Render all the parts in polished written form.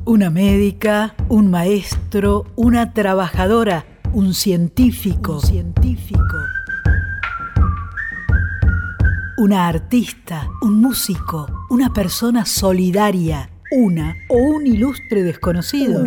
Una médica, un maestro, una trabajadora, un científico. Una artista, un músico, una persona solidaria, una o un ilustre desconocido.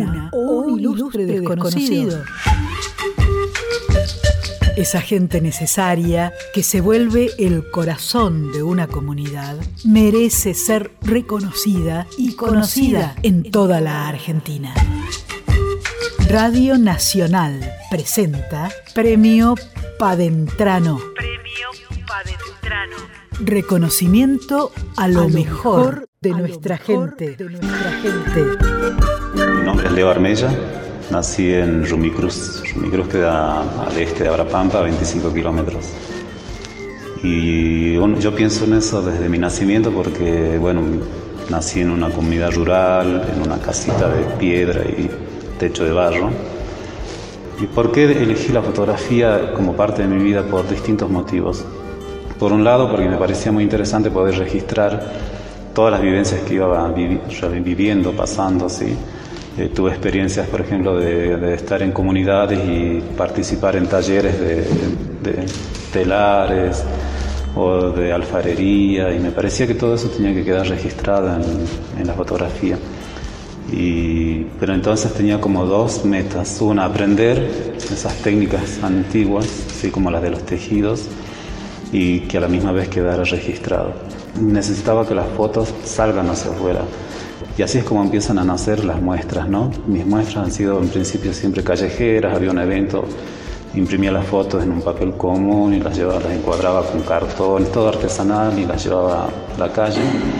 Esa gente necesaria que se vuelve el corazón de una comunidad merece ser reconocida y conocida en toda la Argentina. Radio Nacional presenta Premio Padentrano. Reconocimiento a lo mejor de nuestra gente. Mi nombre es Leo Armella. Nací en Rumicruz. Rumicruz queda al este de Abrapampa, 25 kilómetros. Y yo pienso en eso desde mi nacimiento porque, nací en una comunidad rural, en una casita de piedra y techo de barro. ¿Y por qué elegí la fotografía como parte de mi vida? Por distintos motivos. Por un lado, porque me parecía muy interesante poder registrar todas las vivencias que iba viviendo, pasando, ¿sí? Tuve experiencias, por ejemplo, de estar en comunidades y participar en talleres de telares o de alfarería, y me parecía que todo eso tenía que quedar registrado en la fotografía. Pero entonces tenía como dos metas: una, aprender esas técnicas antiguas, así como las de los tejidos, y que a la misma vez quedara registrado. Necesitaba que las fotos salgan hacia afuera. Y así es como empiezan a nacer las muestras, ¿no? Mis muestras han sido en principio siempre callejeras. Había un evento, imprimía las fotos en un papel común y las encuadraba con cartón, todo artesanal, y las llevaba a la calle.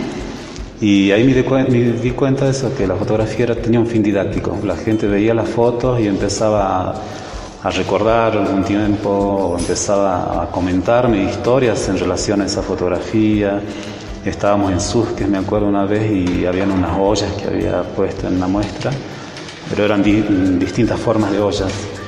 Y ahí me di cuenta de eso, que la fotografía tenía un fin didáctico. La gente veía las fotos y empezaba a recordar algún tiempo, o empezaba a comentarme historias en relación a esa fotografía. Estábamos en Susques, me acuerdo una vez, y habían unas ollas que había puesto en la muestra, pero eran distintas formas de ollas.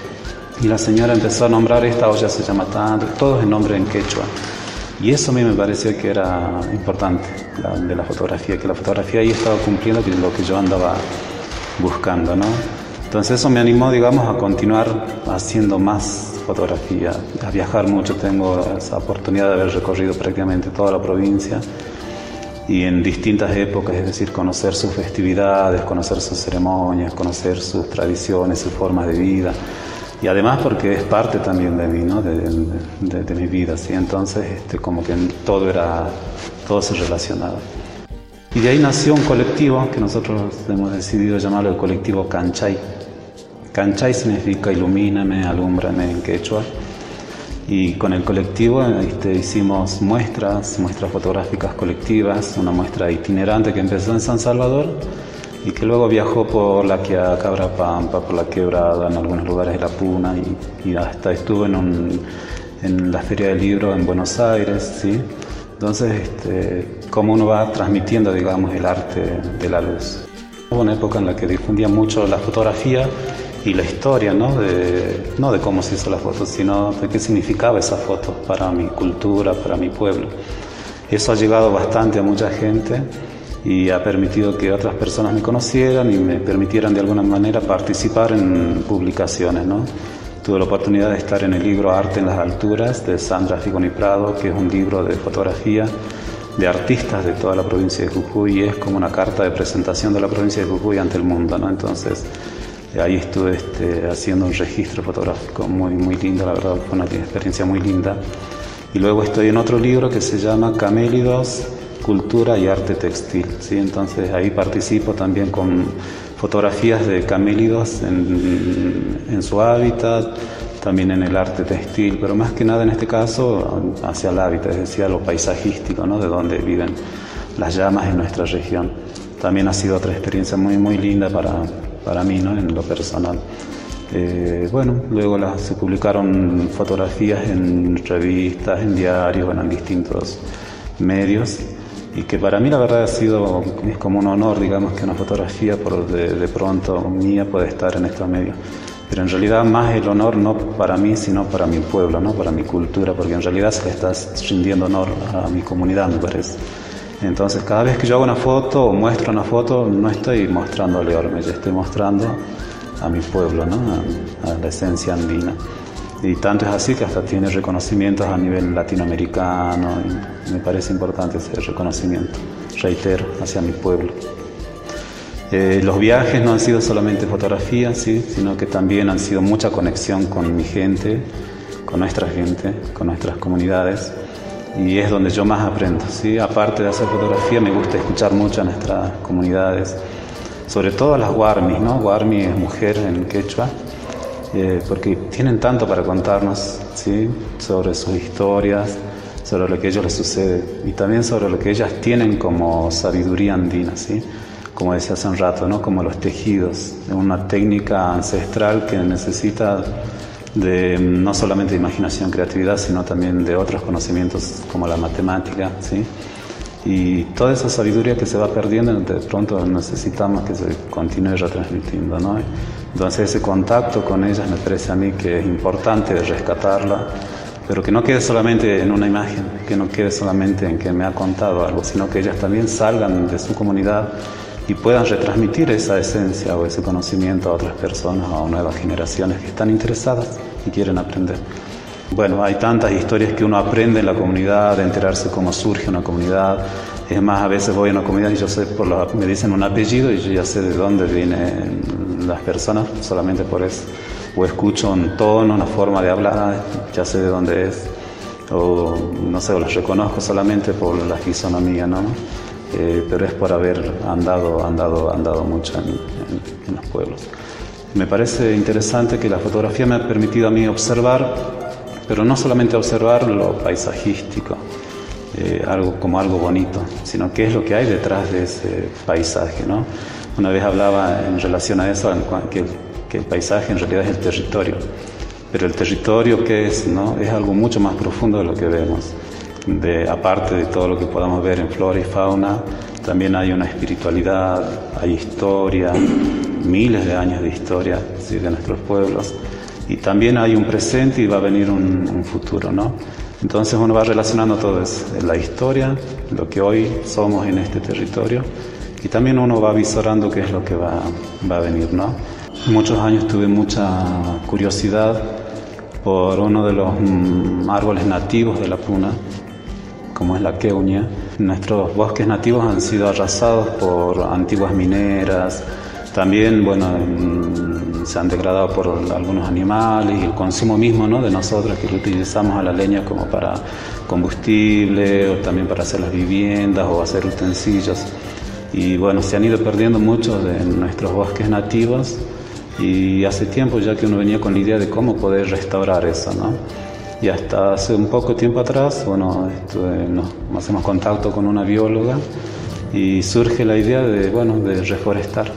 Y la señora empezó a nombrar: esta olla se llama tanto, todos en nombre en quechua. Y eso a mí me parecía que era importante de la fotografía, que la fotografía ahí estaba cumpliendo lo que yo andaba buscando, ¿no? Entonces eso me animó, a continuar haciendo más fotografía, a viajar mucho. Tengo esa oportunidad de haber recorrido prácticamente toda la provincia y en distintas épocas, es decir, conocer sus festividades, conocer sus ceremonias, conocer sus tradiciones, sus formas de vida, y además porque es parte también de mí, ¿no? de mi vida, ¿sí? Entonces como que todo se relacionaba. Y de ahí nació un colectivo que nosotros hemos decidido llamarlo el colectivo Canchay. Canchay significa ilumíname, alúmbrame en quechua. Y con el colectivo hicimos muestras fotográficas colectivas, una muestra itinerante que empezó en San Salvador y que luego viajó por La Quiaca, Abrapampa, por La Quebrada, en algunos lugares de La Puna, y hasta estuvo en la Feria del Libro en Buenos Aires, ¿sí? Entonces, cómo uno va transmitiendo, el arte de la luz. Hubo una época en la que difundía mucho la fotografía y la historia, no de cómo se hizo la foto, sino de qué significaba esa foto para mi cultura, para mi pueblo. Eso ha llegado bastante a mucha gente y ha permitido que otras personas me conocieran y me permitieran de alguna manera participar en publicaciones, ¿no? Tuve la oportunidad de estar en el libro Arte en las Alturas de Sandra Figoni Prado, que es un libro de fotografía de artistas de toda la provincia de Jujuy, y es como una carta de presentación de la provincia de Jujuy ante el mundo, ¿no? Entonces, ahí estuve haciendo un registro fotográfico muy, muy lindo, la verdad fue una experiencia muy linda. Y luego estoy en otro libro que se llama Camélidos, Cultura y Arte Textil, ¿sí? Entonces ahí participo también con fotografías de camélidos en su hábitat, también en el arte textil, pero más que nada en este caso hacia el hábitat, es decir, a lo paisajístico, ¿no? De donde viven las llamas en nuestra región. También ha sido otra experiencia muy, muy linda para mí, ¿no? En lo personal. Luego se publicaron fotografías en revistas, en diarios, en distintos medios, y que para mí la verdad es como un honor, que una fotografía de pronto mía puede estar en estos medios. Pero en realidad más el honor no para mí, sino para mi pueblo, ¿no? Para mi cultura, porque en realidad se le está rindiendo honor a mi comunidad, me parece. Entonces cada vez que yo hago una foto o muestro una foto, no estoy mostrando a Leo Armella, estoy mostrando a mi pueblo, ¿no? A la esencia andina. Y tanto es así que hasta tiene reconocimientos a nivel latinoamericano, y me parece importante ese reconocimiento, reitero, hacia mi pueblo. Los viajes no han sido solamente fotografías, ¿sí? Sino que también han sido mucha conexión con mi gente, con nuestras comunidades, y es donde yo más aprendo, ¿sí? Aparte de hacer fotografía, me gusta escuchar mucho a nuestras comunidades, sobre todo a las Guarmis, ¿no? Guarmi es mujer en quechua, porque tienen tanto para contarnos, ¿sí? Sobre sus historias, sobre lo que a ellos les sucede y también sobre lo que ellas tienen como sabiduría andina, ¿sí? Como decía hace un rato, ¿no? Como los tejidos, una técnica ancestral que necesita de no solamente de imaginación, creatividad, sino también de otros conocimientos como la matemática, ¿sí? Y toda esa sabiduría que se va perdiendo, de pronto necesitamos que se continúe retransmitiendo, ¿no? Entonces ese contacto con ellas me parece a mí que es importante rescatarla, pero que no quede solamente en una imagen, que no quede solamente en que me ha contado algo, sino que ellas también salgan de su comunidad y puedan retransmitir esa esencia o ese conocimiento a otras personas o a nuevas generaciones que están interesadas y quieren aprender. Bueno, hay tantas historias que uno aprende en la comunidad, de enterarse cómo surge una comunidad. Es más, a veces voy a una comunidad y yo sé, me dicen un apellido y yo ya sé de dónde vienen las personas solamente por eso. O escucho un tono, una forma de hablar, ya sé de dónde es. O no sé, o las reconozco solamente por la fisonomía, ¿no? Pero es por haber andado mucho en los pueblos. Me parece interesante que la fotografía me ha permitido a mí observar, pero no solamente observar lo paisajístico, algo bonito, sino qué es lo que hay detrás de ese paisaje, ¿no? Una vez hablaba en relación a eso, que el paisaje en realidad es el territorio, pero el territorio, ¿qué es, no? Es algo mucho más profundo de lo que vemos. Aparte de todo lo que podamos ver en flora y fauna, también hay una espiritualidad, hay historia, miles de años de historia, ¿sí? De nuestros pueblos, y también hay un presente y va a venir un futuro, ¿no? Entonces uno va relacionando todo eso, la historia, lo que hoy somos en este territorio, y también uno va visorando qué es lo que va a venir, ¿no? Muchos años tuve mucha curiosidad por uno de los árboles nativos de la Puna, como es la queuña. Nuestros bosques nativos han sido arrasados por antiguas mineras, también, bueno, se han degradado por algunos animales y el consumo mismo, ¿no? De nosotros, que utilizamos a la leña como para combustible o también para hacer las viviendas o hacer utensilios. Y bueno, se han ido perdiendo muchos de nuestros bosques nativos y hace tiempo ya que uno venía con la idea de cómo poder restaurar eso, ¿no? Y hasta hace un poco tiempo atrás, bueno, nos hacemos contacto con una bióloga y surge la idea de reforestar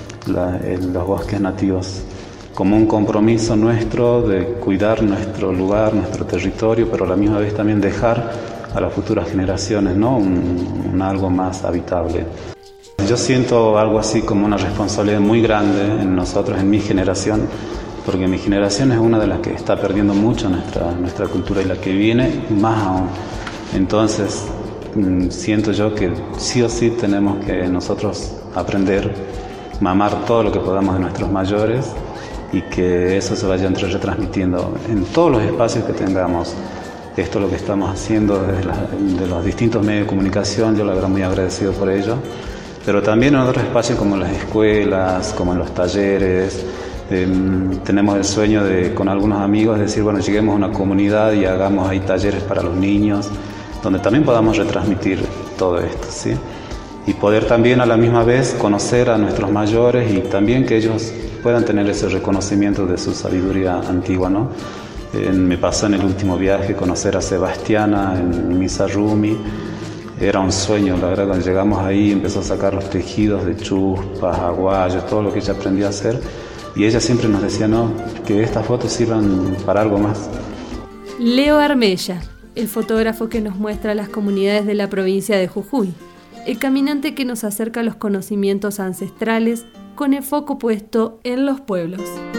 los bosques nativos como un compromiso nuestro de cuidar nuestro lugar, nuestro territorio, pero a la misma vez también dejar a las futuras generaciones, ¿no? Algo más habitable. Yo siento algo así como una responsabilidad muy grande en nosotros, en mi generación, porque mi generación es una de las que está perdiendo mucho nuestra cultura y la que viene más aún. Entonces, siento yo que sí o sí tenemos que nosotros aprender, mamar todo lo que podamos de nuestros mayores y que eso se vaya retransmitiendo en todos los espacios que tengamos. Esto es lo que estamos haciendo desde los distintos medios de comunicación, yo la verdad muy agradecido por ello, pero también en otros espacios como en las escuelas, como en los talleres. Tenemos el sueño de, con algunos amigos, decir, bueno, lleguemos a una comunidad y hagamos ahí talleres para los niños, donde también podamos retransmitir todo esto, ¿sí? Y poder también a la misma vez conocer a nuestros mayores y también que ellos puedan tener ese reconocimiento de su sabiduría antigua, ¿no? Me pasó en el último viaje conocer a Sebastiana en Misarrumi. Era un sueño, la verdad, cuando llegamos ahí empezó a sacar los tejidos de chuspas, aguayos, todo lo que ella aprendió a hacer. Y ella siempre nos decía, no, que estas fotos sirvan para algo más. Leo Armella, el fotógrafo que nos muestra las comunidades de la provincia de Jujuy, el caminante que nos acerca a los conocimientos ancestrales con el foco puesto en los pueblos.